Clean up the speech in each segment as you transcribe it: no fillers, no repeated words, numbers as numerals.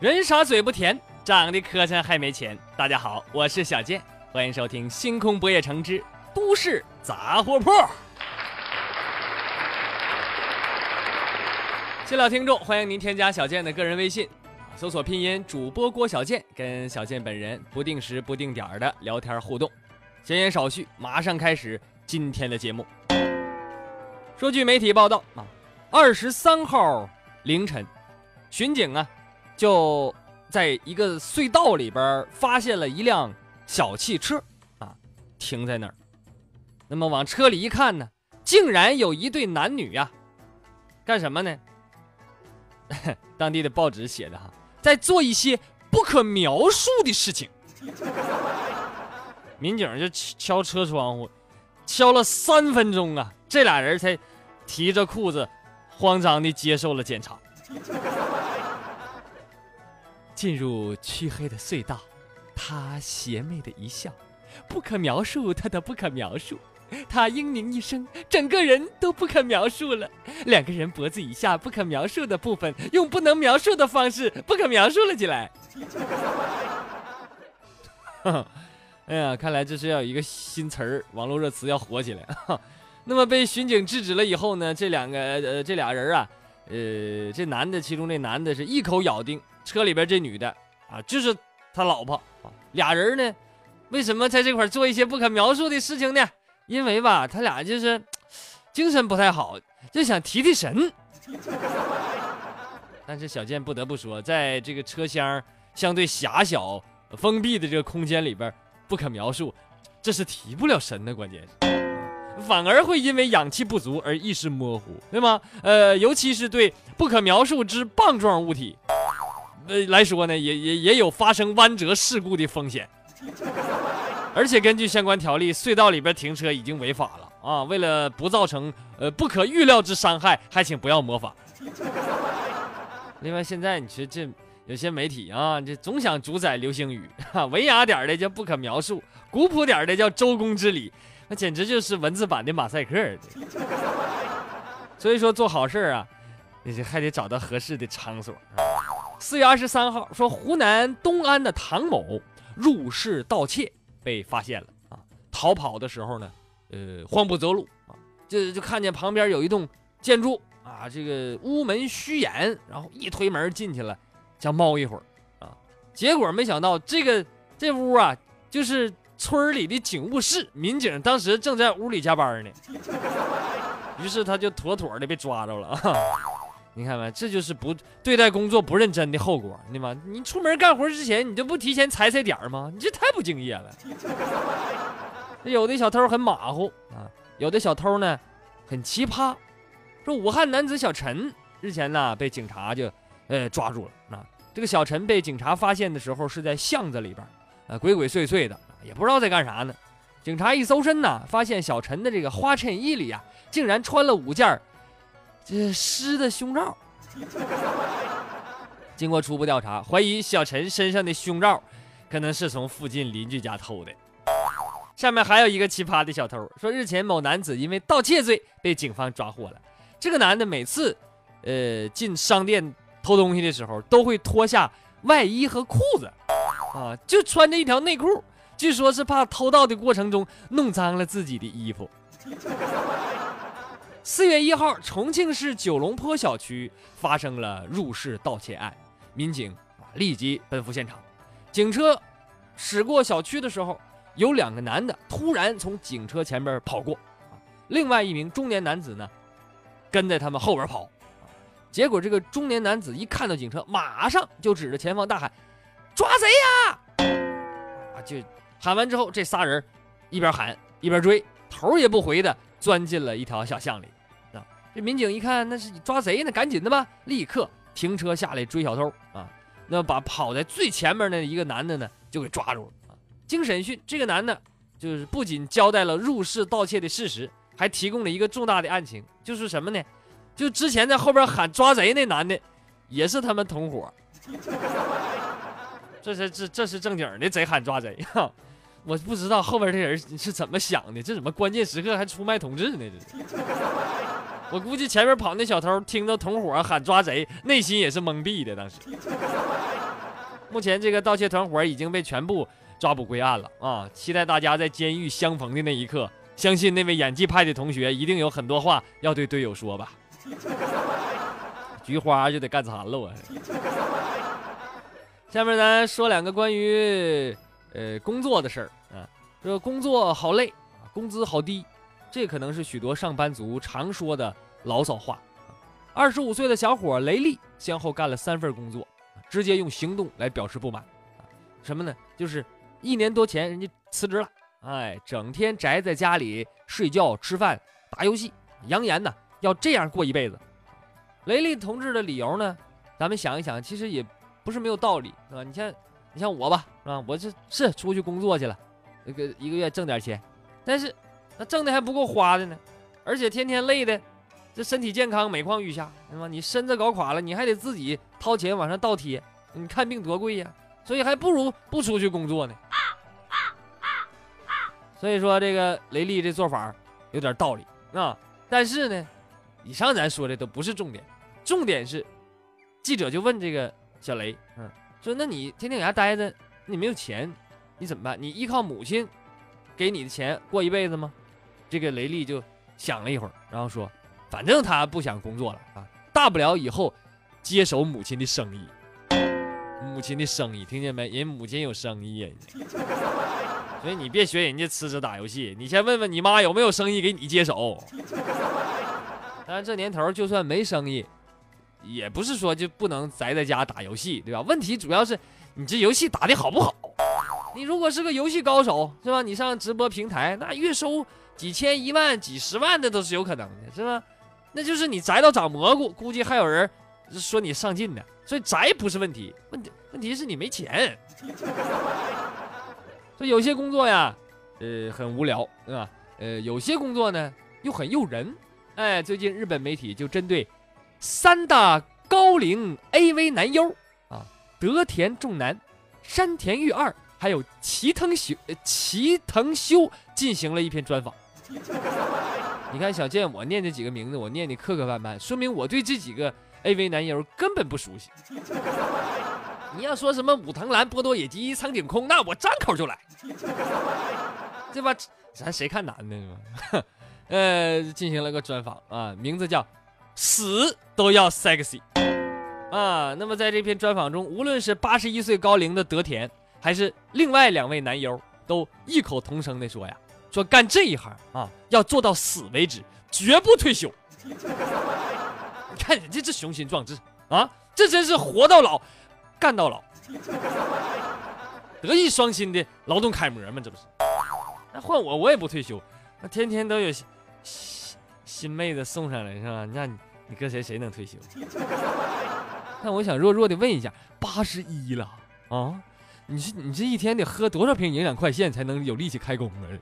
人傻嘴不甜，长得磕碜还没钱。大家好，我是小健，欢迎收听星空不夜城之都市杂货铺。新老听众，欢迎您添加小健的个人微信，搜索拼音主播郭小健，跟小健本人不定时不定点的聊天互动。闲言少叙，马上开始今天的节目。说据媒体报道23号凌晨，巡警就在一个隧道里边发现了一辆小汽车停在那儿。那么往车里一看呢，竟然有一对男女干什么呢？当地的报纸写的在做一些不可描述的事情。民警就敲车窗户，敲了3分钟这俩人才提着裤子慌张地接受了检查。进入黢黑的隧道，他邪魅的一笑，不可描述他的不可描述，他嘤咛一声，整个人都不可描述了。两个人脖子以下不可描述的部分，用不能描述的方式不可描述了起来。哎呀，看来这是要有一个新词儿，网络热词要火起来。那么被巡警制止了以后呢，这俩人这男的，其中这男的是一口咬定车里边这女的就是他老婆俩人呢，为什么在这块做一些不可描述的事情呢？因为他俩就是精神不太好，就想提提神。但是小健不得不说，在这个车厢相对狭小封闭的这个空间里边，不可描述，这是提不了神的，关键是反而会因为氧气不足而意识模糊，对吗？尤其是对不可描述之棒状物体来说呢，也有发生弯折事故的风险。而且根据相关条例，隧道里边停车已经违法了为了不造成不可预料之伤害，还请不要模仿。另外，现在你说这有些媒体这总想主宰流行语文雅点的叫不可描述，古朴点的叫周公之礼，那简直就是文字版的马赛克。所以说做好事你还得找到合适的场所。4月23号说，湖南东安的唐某入室盗窃被发现了逃跑的时候呢，慌不择路就看见旁边有一栋建筑这个屋门虚掩，然后一推门进去了，想猫一会儿结果没想到这屋就是村里的警务室，民警当时正在屋里加班呢，于是他就妥妥的被抓着了你看吧，这就是不对待工作不认真的后果，对吗？你出门干活之前，你就不提前踩点吗？你这太不敬业了。有的小偷很马虎有的小偷呢很奇葩。说武汉男子小陈日前被警察就抓住了这个小陈被警察发现的时候是在巷子里边鬼鬼祟祟的，也不知道在干啥呢。警察一搜身发现小陈的这个花衬衣里竟然穿了5件湿的胸罩。经过初步调查，怀疑小陈身上的胸罩可能是从附近邻居家偷的。下面还有一个奇葩的小偷，说日前某男子因为盗窃罪被警方抓获了。这个男的每次进商店偷东西的时候，都会脱下外衣和裤子就穿着一条内裤，据说是怕偷盗的过程中弄脏了自己的衣服。4月1号，重庆市九龙坡小区发生了入室盗窃案，民警立即奔赴现场。警车驶过小区的时候，有2个男的突然从警车前边跑过另外一名中年男子呢跟在他们后边跑结果这个中年男子一看到警车，马上就指着前方大喊：“抓贼呀！”就喊完之后，这仨人一边喊一边追，头也不回的钻进了一条小巷里这民警一看那是抓贼呢，赶紧的吧，立刻停车下来追小偷那把跑在最前面的一个男的呢就给抓住了经审讯，这个男的就是不仅交代了入室盗窃的事实，还提供了一个重大的案情，就是什么呢？就之前在后边喊抓贼那男的也是他们同伙。这是正经的贼喊抓贼我不知道后边这人是怎么想的，这怎么关键时刻还出卖同志呢？这我估计前面跑那小偷听到同伙喊抓贼，内心也是懵逼的。当时目前这个盗窃团伙已经被全部抓捕归案了啊！期待大家在监狱相逢的那一刻，相信那位演技派的同学一定有很多话要对队友说吧。菊花就得干残了我。下面咱说两个关于工作的事儿啊。这工作好累，工资好低，这可能是许多上班族常说的牢骚话。25岁的小伙雷利先后干了3份工作，直接用行动来表示不满。什么呢？就是1年多前人家辞职了，整天宅在家里睡觉、吃饭、打游戏，扬言呢要这样过一辈子。雷利同志的理由呢，咱们想一想，其实也不是没有道理，是吧？你像我吧，是吧？我是出去工作去了，一个月挣点钱，但是那挣的还不够花的呢，而且天天累的，这身体健康每况愈下，是吧？你身子搞垮了，你还得自己掏钱往上倒贴，你看病多贵呀，所以还不如不出去工作呢。所以说这个雷利这做法有点道理啊，但是呢，以上咱说的都不是重点，重点是记者就问这个小雷，说那你天天搁家待着，你没有钱，你怎么办？你依靠母亲给你的钱过一辈子吗？这个雷利就想了一会儿，然后说，反正他不想工作了啊，大不了以后接手母亲的生意。母亲的生意，听见没？人母亲有生意呀。所以你别学人家辞职打游戏，你先问问你妈有没有生意给你接手。当然这年头就算没生意，也不是说就不能宅在家打游戏，对吧？问题主要是你这游戏打得好不好。你如果是个游戏高手，是吧？你上直播平台，那月收几千、1万、几十万的都是有可能的，是吧？那就是你宅到长蘑菇，估计还有人说你上进的。所以宅不是问题，问题是你没钱。所以有些工作呀，很无聊，对吧？有些工作呢又很诱人。最近日本媒体就针对3大高龄 AV 男优啊，德田重男、山田裕二还有齐藤修进行了一篇专访。你看小健我念这几个名字，我念的磕磕绊绊，说明我对这几个 AV 男优根本不熟悉。你要说什么武藤兰、波多野鸡、苍井空，那我张口就来，对吧？咱谁看男的是吧？进行了个专访啊，名字叫死都要 sexy 啊。那么在这篇专访中，无论是81岁高龄的德田，还是另外2位男优，都异口同声的说呀，说干这一行啊，要做到死为止，绝不退休。你看人家这雄心壮志啊，这真是活到老干到老，德艺双馨的劳动楷模嘛，这不是？那换我也不退休，那天天都有新妹子送上来是吧？那你跟谁能退休？那我想弱弱的问一下，81了啊，你这一天得喝多少瓶营养快线才能有力气开工啊？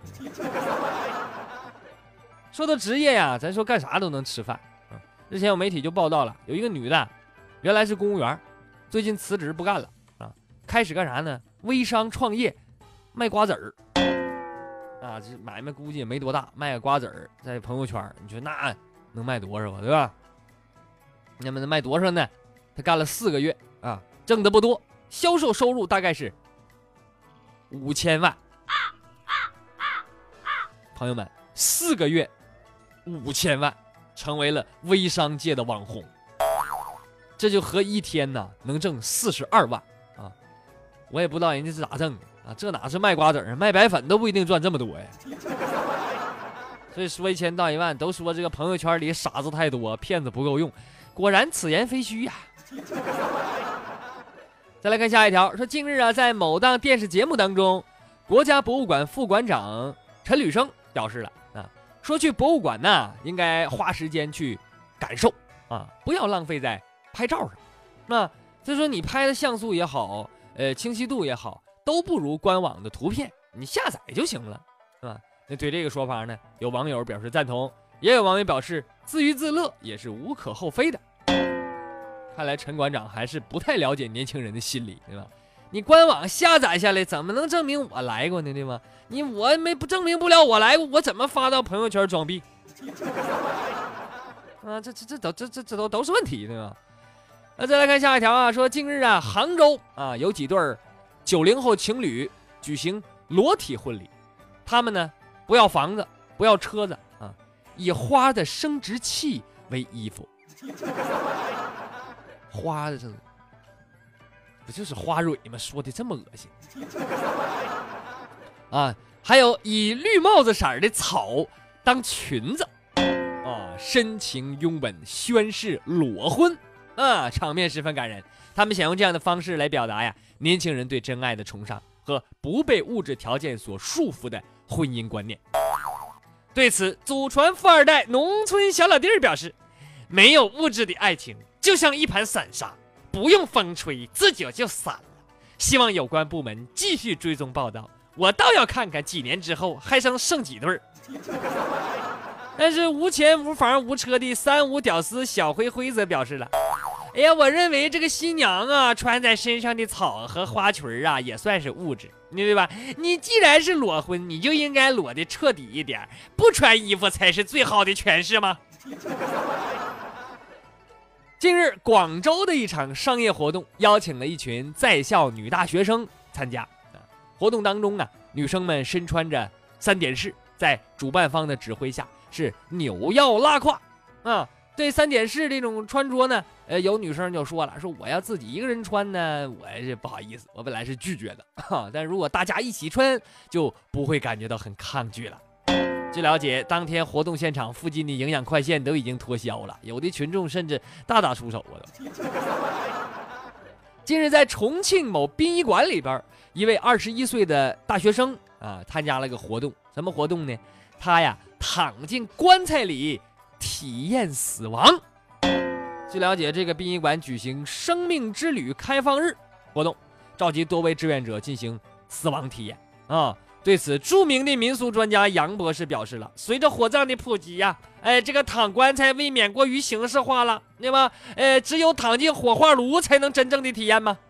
说到职业呀，咱说干啥都能吃饭。之前有媒体就报道了，有一个女的，原来是公务员，最近辞职不干了啊，开始干啥呢？微商创业，卖瓜子儿啊，这买卖估计也没多大，卖个瓜子儿在朋友圈，你说那能卖多少啊，对吧？那么能卖多少呢？他干了4个月啊，挣得不多，销售收入大概是5000万。朋友们，4个月5000万。成为了微商界的网红，这就合一天呢能挣42万啊！我也不知道人家是咋挣的啊，这哪是卖瓜子儿，卖白粉都不一定赚这么多呀。所以说1000到1万，都说这个朋友圈里傻子太多，骗子不够用，果然此言非虚呀。再来看下一条，说近日啊，在某档电视节目当中，国家博物馆副馆长陈履生表示了啊。说去博物馆呢，应该花时间去感受啊，不要浪费在拍照上。那所以说你拍的像素也好，清晰度也好，都不如官网的图片，你下载就行了，是吧？那对这个说法呢，有网友表示赞同，也有网友表示自娱自乐也是无可厚非的。看来陈馆长还是不太了解年轻人的心理，对吧？你官网下载下来，怎么能证明我来过呢？对吗？我不证明不了我来过，我怎么发到朋友圈装逼？啊，这都是问题，对吧？ 再来看下一条啊，说近日啊，杭州啊有几对90后情侣举行裸体婚礼，他们呢不要房子，不要车子啊，以花的生殖器为衣服。花的这不就是花蕊吗？说的这么恶心啊！还有以绿帽子色的草当裙子啊，深情拥吻宣誓裸婚啊，场面十分感人。他们想用这样的方式来表达呀，年轻人对真爱的崇尚和不被物质条件所束缚的婚姻观念。对此，祖传富二代农村小老弟表示，没有物质的爱情就像一盘散沙，不用风吹自己就散了。希望有关部门继续追踪报道，我倒要看看几年之后还剩几对。但是无钱无房无车的35屌丝小灰灰则表示了，哎呀，我认为这个新娘啊穿在身上的草和花裙啊也算是物质，对吧？你既然是裸婚，你就应该裸的彻底一点，不穿衣服才是最好的诠释吗？近日，广州的一场商业活动邀请了一群在校女大学生参加。活动当中啊，女生们身穿着3点式，在主办方的指挥下是扭腰拉胯啊。对3点式这种穿着呢，有女生就说了，说我要自己一个人穿呢，我是不好意思，我本来是拒绝的，但如果大家一起穿，就不会感觉到很抗拒了。据了解，当天活动现场附近的营养快线都已经脱销了，有的群众甚至大打出手了。近日，在重庆某殡仪馆里边，一位21岁的大学生啊，参加了个活动。什么活动呢？他呀躺进棺材里体验死亡。据了解，这个殡仪馆举行生命之旅开放日活动，召集多位志愿者进行死亡体验啊。对此，著名的民俗专家杨博士表示了，随着火葬的普及呀，这个躺棺材未免过于形式化了，对吧？只有躺进火化炉才能真正的体验吗？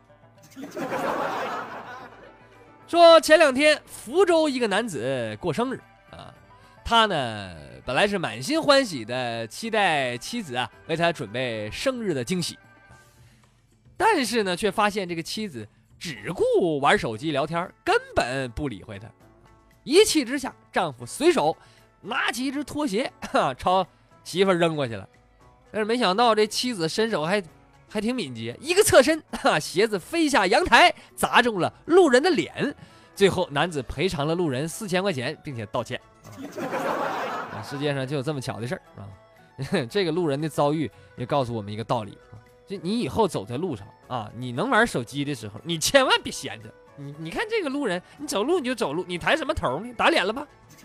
说前2天福州一个男子过生日啊，他呢本来是满心欢喜的期待妻子啊为他准备生日的惊喜，但是呢却发现这个妻子只顾玩手机聊天，根本不理会他。一气之下，丈夫随手拿起一只拖鞋朝媳妇扔过去了。但是没想到这妻子身手还挺敏捷，一个侧身鞋子飞下阳台，砸中了路人的脸。最后男子赔偿了路人4000块钱，并且道歉。世界上就有这么巧的事儿啊！这个路人的遭遇也告诉我们一个道理，就你以后走在路上啊，你能玩手机的时候，你千万别闲着。你看这个路人，你走路你就走路，你抬什么头呢？打脸了吧？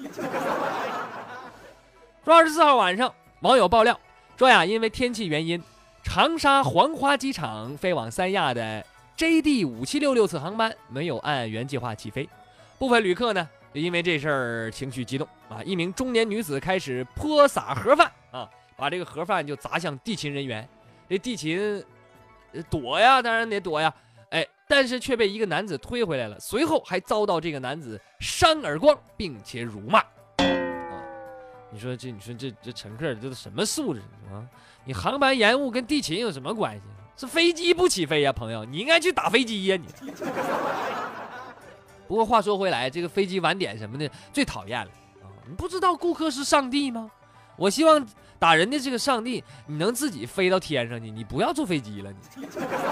说24号晚上，网友爆料说呀，因为天气原因，长沙黄花机场飞往三亚的 JD5766次航班没有按原计划起飞，部分旅客呢因为这事儿情绪激动啊，一名中年女子开始泼洒盒饭啊，把这个盒饭就砸向地勤人员。这地勤躲呀，当然得躲呀，但是却被一个男子推回来了，随后还遭到这个男子扇耳光，并且辱骂。你说这乘客这都什么素质啊？你航班延误跟地勤有什么关系？是飞机不起飞呀，朋友，你应该去打飞机呀你。不过话说回来，这个飞机晚点什么的最讨厌了啊！你不知道顾客是上帝吗？我希望打人的这个上帝，你能自己飞到天上去，你不要坐飞机了你。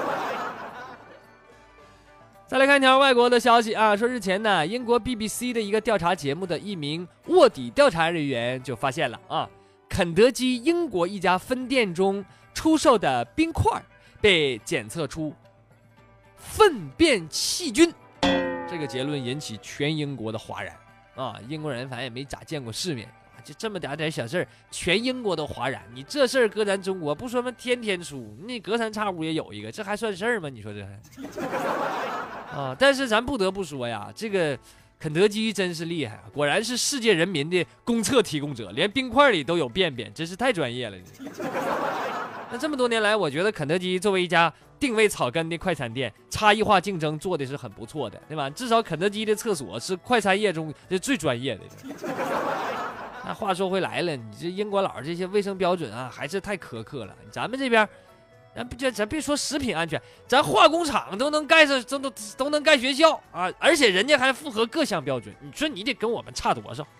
再来看一条外国的消息啊，说日前呢，英国 BBC 的一个调查节目的一名卧底调查人员就发现了啊，肯德基英国一家分店中出售的冰块被检测出粪便细菌，这个结论引起全英国的哗然啊！英国人反正也没咋见过世面，就这么点小事儿，全英国都哗然。你这事儿搁咱中国不说嘛，天天出，那隔三差五也有一个，这还算事儿吗？你说这还？啊！但是咱不得不说呀，这个肯德基真是厉害啊，果然是世界人民的公厕提供者，连冰块里都有便便，真是太专业了。那这么多年来，我觉得肯德基作为一家定位草根的快餐店，差异化竞争做的是很不错的，对吧？至少肯德基的厕所是快餐业中最专业的。那话说回来了，你这英国佬这些卫生标准啊，还是太苛刻了。咱们这边咱别说食品安全，咱化工厂都能盖上，都能盖学校啊，而且人家还符合各项标准，你说你得跟我们差多少？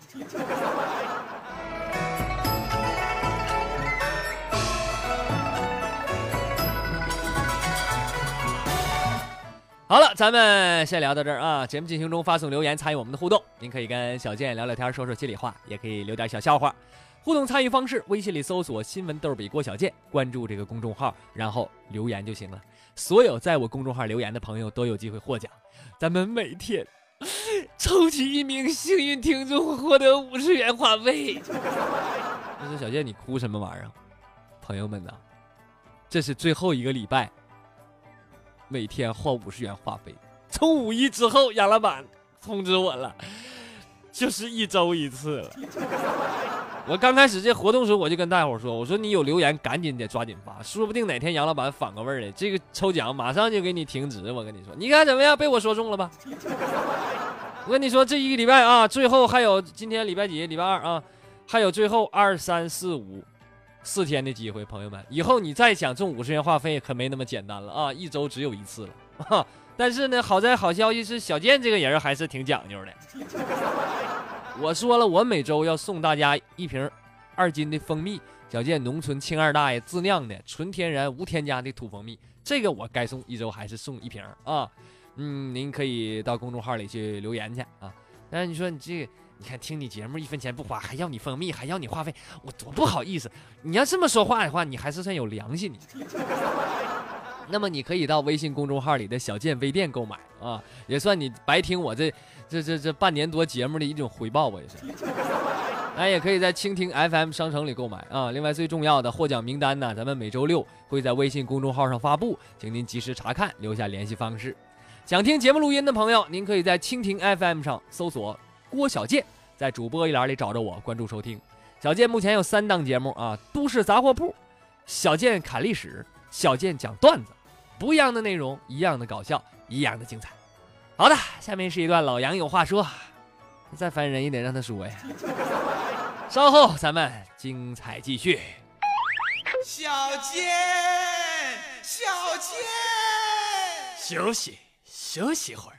好了，咱们先聊到这儿啊。节目进行中发送留言参与我们的互动，您可以跟小健聊聊天，说说心里话，也可以留点小笑话。互动参与方式：微信里搜索新闻逗比郭小健，关注这个公众号，然后留言就行了。所有在我公众号留言的朋友都有机会获奖。咱们每天抽取1名幸运听众，获得50元话费。我说小健，你哭什么玩意儿？朋友们呐，这是最后一个礼拜，每天换50元话费。从5一之后，杨老板通知我了，就是1周1次了。我刚开始这活动的时候，我就跟大伙说，我说你有留言赶紧得抓紧发，说不定哪天杨老板反个味儿来，这个抽奖马上就给你停止。我跟你说，你看怎么样？被我说中了吧？我跟你说，这一个礼拜啊，最后还有今天礼拜几？礼拜2啊，还有最后2、3、4、5 4天的机会，朋友们，以后你再想中50元话费可没那么简单了啊！1周只有1次了。但是呢，好消息是小健这个人还是挺讲究的。我说了，我每周要送大家1瓶2斤的蜂蜜，小健农村亲二大爷自酿的纯天然无添加的土蜂蜜，这个我该送1周还是送1瓶啊。您可以到公众号里去留言去啊。但是你说你这个，你看听你节目1分钱不花，还要你蜂蜜，还要你话费，我多不好意思。你要这么说话的话，你还是算有良心你。那么你可以到微信公众号里的小健微店购买啊，也算你白听我这半年多节目的一种回报，我也是。也可以在蜻蜓 FM 商城里购买啊。另外最重要的获奖名单呢，咱们每周6会在微信公众号上发布，请您及时查看，留下联系方式。想听节目录音的朋友，您可以在蜻蜓 FM 上搜索郭小健，在主播一栏里找着我，关注收听。小健目前有3档节目啊，都市杂货铺、小健侃历史、小健讲段子，不一样的内容，一样的搞笑，一样的精彩。好的，下面是一段老杨有话说，再烦人一点让他说呀。稍后咱们精彩继续。 小健， 休息会儿。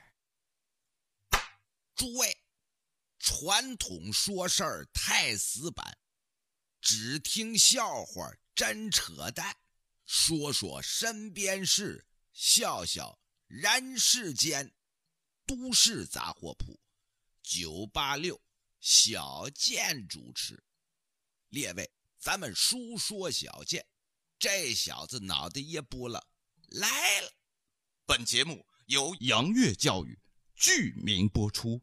诸位，传统说事儿太死板，只听笑话真扯淡，说说身边事，笑笑人世间。都市杂货铺986小健主持。列位，咱们书说小健，这小子脑袋也不了来了。 本节目由杨乐教育剧名播出。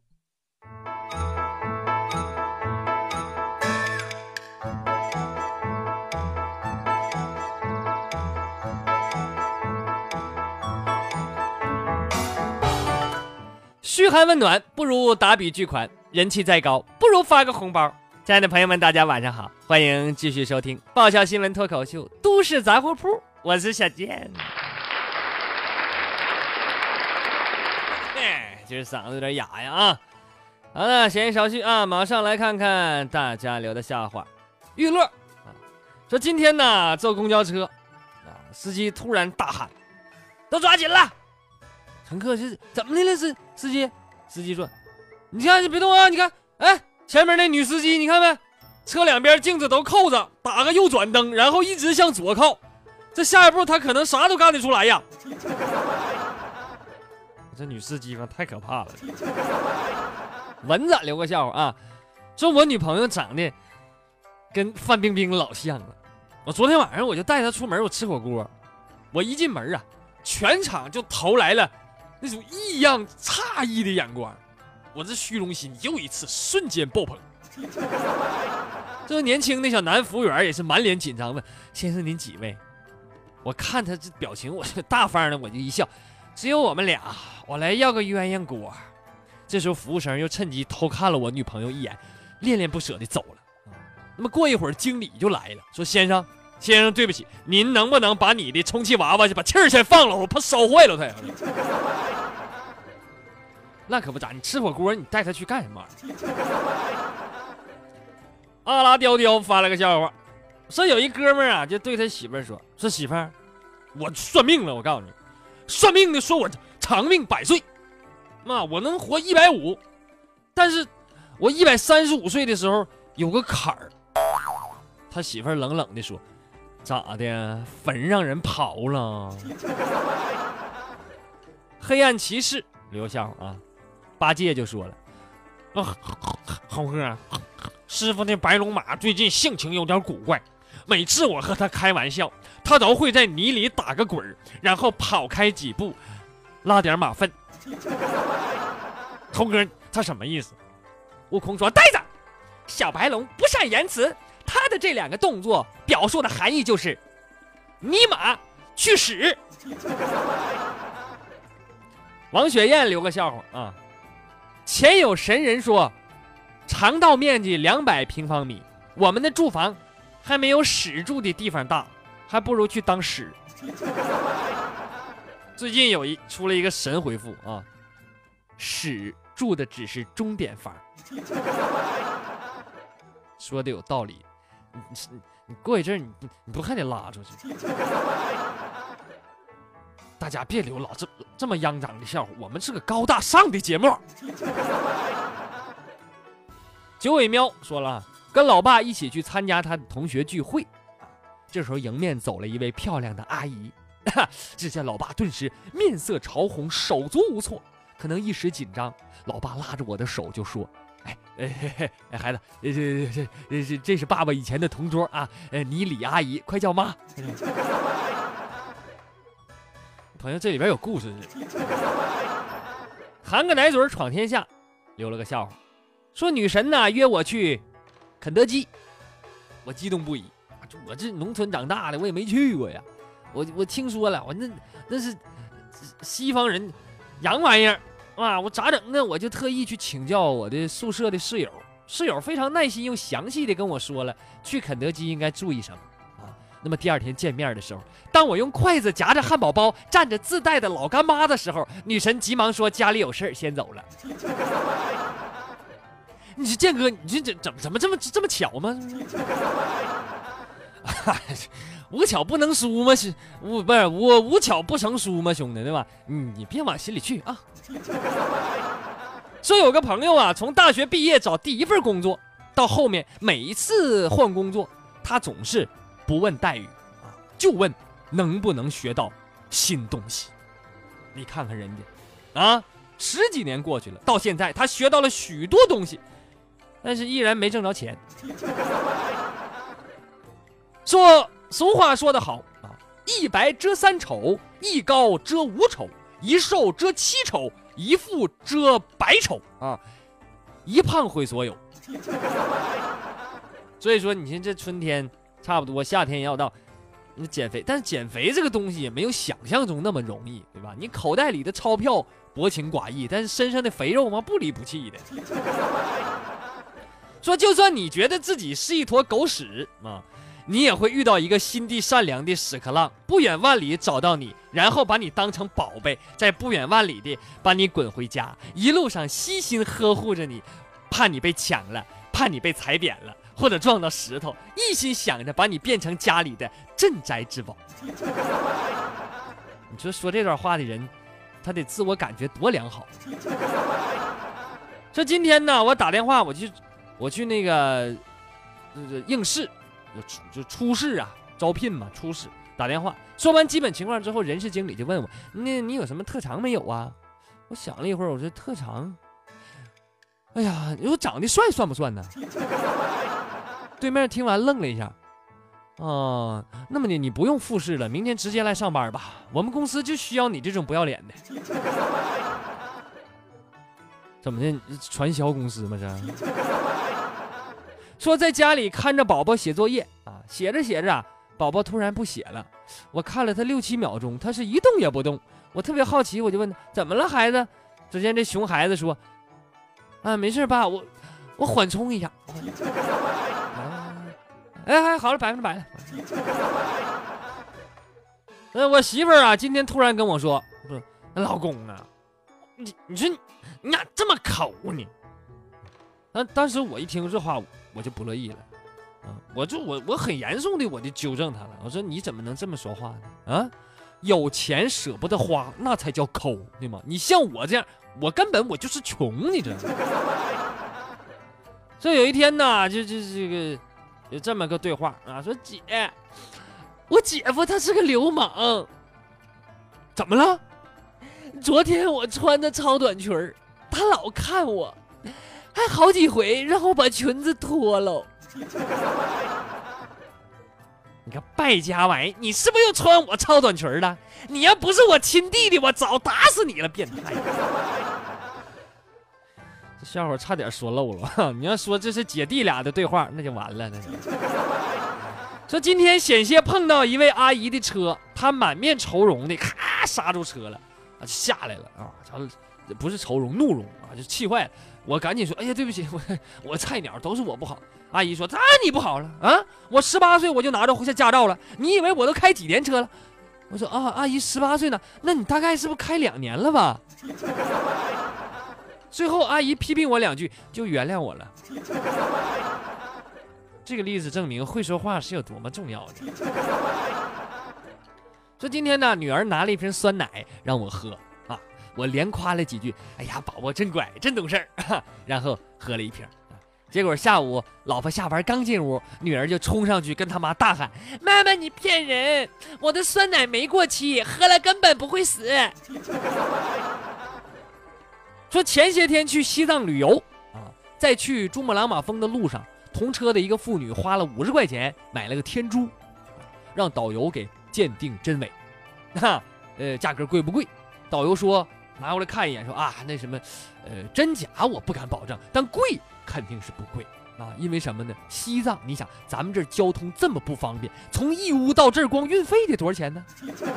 嘘寒问暖不如打笔巨款，人气再高不如发个红包。亲爱的朋友们，大家晚上好，欢迎继续收听爆笑新闻脱口秀都市杂货铺，我是小健。今儿嗓子有点哑呀啊。好了，闲言少叙啊，马上来看看大家留的笑话。娱乐啊，说今天呢坐公交车啊，司机突然大喊：“都抓紧了！”乘客是怎么的了？司机？司机说：“你看，你别动啊！你看，哎，前面那女司机，你看没？车两边镜子都扣着，打个右转灯，然后一直向左靠。这下一步她可能啥都干得出来呀！”这女司机吧，太可怕了。蚊子留个笑话啊，说我女朋友长得跟范冰冰老像了。我昨天晚上我就带她出门，我吃火锅，我一进门啊，全场就投来了那种异样诧异的眼光，我这虚荣心又一次瞬间爆棚。这年轻的小男服务员也是满脸紧张问：“先生您几位？”我看他这表情，我是大方的，我就一笑：“只有我们俩，我来要个鸳鸯锅。”这时候服务生又趁机偷看了我女朋友一眼，恋恋不舍地走了。那么过一会儿经理就来了，说：“先生，对不起，您能不能把你的充气娃娃把气儿先放了，我怕烧坏了它呀。”那可不咋，你吃火锅你带他去干什么？阿拉雕雕发了个笑话，说有一哥们儿啊，就对他媳妇儿说：“媳妇儿， 我算命了，我告诉你，算命的说我长命100岁，我能活150，但是我135岁的时候有个坎儿。他媳妇儿冷冷的说：“咋的？坟让人刨了？”黑暗骑士留笑啊，八戒就说了：“猴哥，师傅那白龙马最近性情有点古怪，每次我和他开玩笑，他都会在泥里打个滚，然后跑开几步，拉点马粪。猴哥，他什么意思？”悟空说：“呆子，小白龙不善言辞，他的这2个动作表述的含义就是尼玛去屎。”王雪艳留个笑话啊，前有神人说，肠道面积200平方米，我们的住房还没有屎住的地方大，还不如去当屎。最近出了一个神回复啊，屎住的只是钟点房。说的有道理，你过一阵你不还得拉出去？大家别留老这么肮脏的笑话，我们是个高大上的节目。九尾喵说了，跟老爸一起去参加他的同学聚会，这时候迎面走了一位漂亮的阿姨，只见老爸顿时面色潮红，手足无措，可能一时紧张，老爸拉着我的手就说：“孩子，这是爸爸以前的同桌啊，你李阿姨，快叫妈。”朋友，这里边有故事。含个奶嘴闯天下，留了个笑话，说女神呢约我去肯德基，我激动不已。我这农村长大的，我也没去过呀。我听说了，我那是西方人洋玩意儿啊，我咋整呢？我就特意去请教我的宿舍的室友，室友非常耐心又详细的跟我说了去肯德基应该注意什么啊。那么第2天见面的时候，当我用筷子夹着汉堡包蘸着自带的老干妈的时候，女神急忙说家里有事先走了。你说建哥，你这怎么这么巧吗？无巧不能书吗？我无巧不成书吗，兄弟，对吧？你别往心里去啊。说有个朋友啊，从大学毕业找第1份工作，到后面每一次换工作，他总是不问待遇啊，就问能不能学到新东西。你看看人家啊，10几年过去了，到现在他学到了许多东西，但是依然没挣着钱。说俗话说得好啊，一白遮3丑，一高遮5丑，一瘦遮7丑，一富遮100丑啊，一胖毁所有。所以说，你看这春天差不多，夏天也要到，你减肥，但是减肥这个东西也没有想象中那么容易，对吧？你口袋里的钞票薄情寡义，但是身上的肥肉嘛不离不弃的。说就算你觉得自己是一坨狗屎啊，你也会遇到一个心地善良的屎壳郎，不远万里找到你，然后把你当成宝贝，再不远万里的把你滚回家，一路上悉心呵护着你，怕你被抢了，怕你被踩扁了，或者撞到石头，一心想着把你变成家里的镇宅之宝。你说这段话的人，他得自我感觉多良好。说今天呢，我打电话我去那个应试，就初试啊，招聘嘛，初试打电话说完基本情况之后，人事经理就问我，你有什么特长没有啊？我想了一会儿，我说特长，哎呀，你说长得帅算不算呢？对面听完愣了一下，哦，那么你不用复试了，明天直接来上班吧，我们公司就需要你这种不要脸的。怎么的？传销公司吗？这说在家里看着宝宝写作业啊，写着写着啊，宝宝突然不写了，我看了他6、7秒钟，他是一动也不动。我特别好奇，我就问他怎么了，孩子？只见这熊孩子说：“啊，没事爸，我缓冲一下。”哎，好了，100%了。我媳妇儿啊，今天突然跟我说：“老公啊，你说你咋这么抠呢？”当时我一听这话，我就不乐意了，啊，我很严肃的我就纠正他了，我说你怎么能这么说话呢？啊， 有钱舍不得花，那才叫抠，对吗？你像我这样，我根本就是穷，你知道吗？所以有一天呢，这个有这么个对话啊，说姐，我姐夫他是个流氓。怎么了？昨天我穿的超短裙儿，他老看我，还好几回让我把裙子脱了。你个败家玩意，你是不是又穿我超短裙了？你要不是我亲弟弟，我早打死你了，变态！这笑话差点说漏了。你要说这是姐弟俩的对话，那就完了。那就说今天险些碰到一位阿姨的车，她满面愁容的，咔刹住车了，就下来了啊！不是愁容，怒容啊，就气坏了。我赶紧说：“哎呀，对不起，我菜鸟，都是我不好。”阿姨说：“那你不好了啊！我18岁我就拿着驾照了，你以为我都开几年车了？”我说：“啊，阿姨18岁呢，那你大概是不是开2年了吧？”最后阿姨批评我2句，就原谅我了。这个例子证明会说话是有多么重要的。说今天呢，女儿拿了一瓶酸奶让我喝啊，我连夸了几句，哎呀，宝宝真乖，真懂事儿，然后喝了一瓶。结果下午老婆下班刚进屋，女儿就冲上去跟他妈大喊：“妈妈，你骗人！我的酸奶没过期，喝了根本不会死。”说前些天去西藏旅游啊，在去珠穆朗玛峰的路上，同车的一个妇女花了50块钱买了个天珠，让导游给鉴定真伪。价格贵不贵？导游说拿过来看一眼，说啊，那什么，真假我不敢保证，但贵肯定是不贵啊。因为什么呢？西藏，你想咱们这儿交通这么不方便，从义乌到这儿光运费得多少钱呢？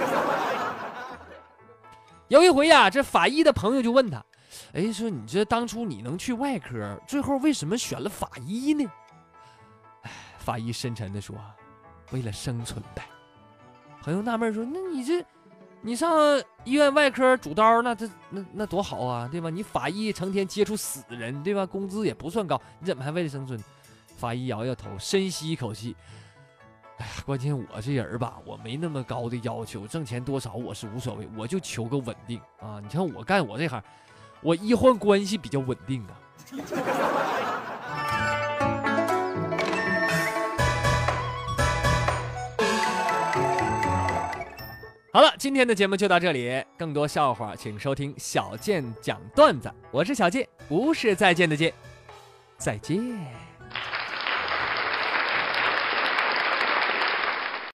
有一回呀，这法医的朋友就问他，哎，说你这当初你能去外科，最后为什么选了法医呢？法医深沉地说，为了生存呗。朋友纳闷说，那你上医院外科主刀，那多好啊，对吧？你法医成天接触死人，对吧？工资也不算高，你怎么还为了生存？法医摇摇头，深吸一口气，哎呀，关键我这人吧，我没那么高的要求，挣钱多少我是无所谓，我就求个稳定啊！你看我干我这行，我医患关系比较稳定啊。好了，今天的节目就到这里，更多笑话请收听小健讲段子，我是小健，不是再见的见，再见。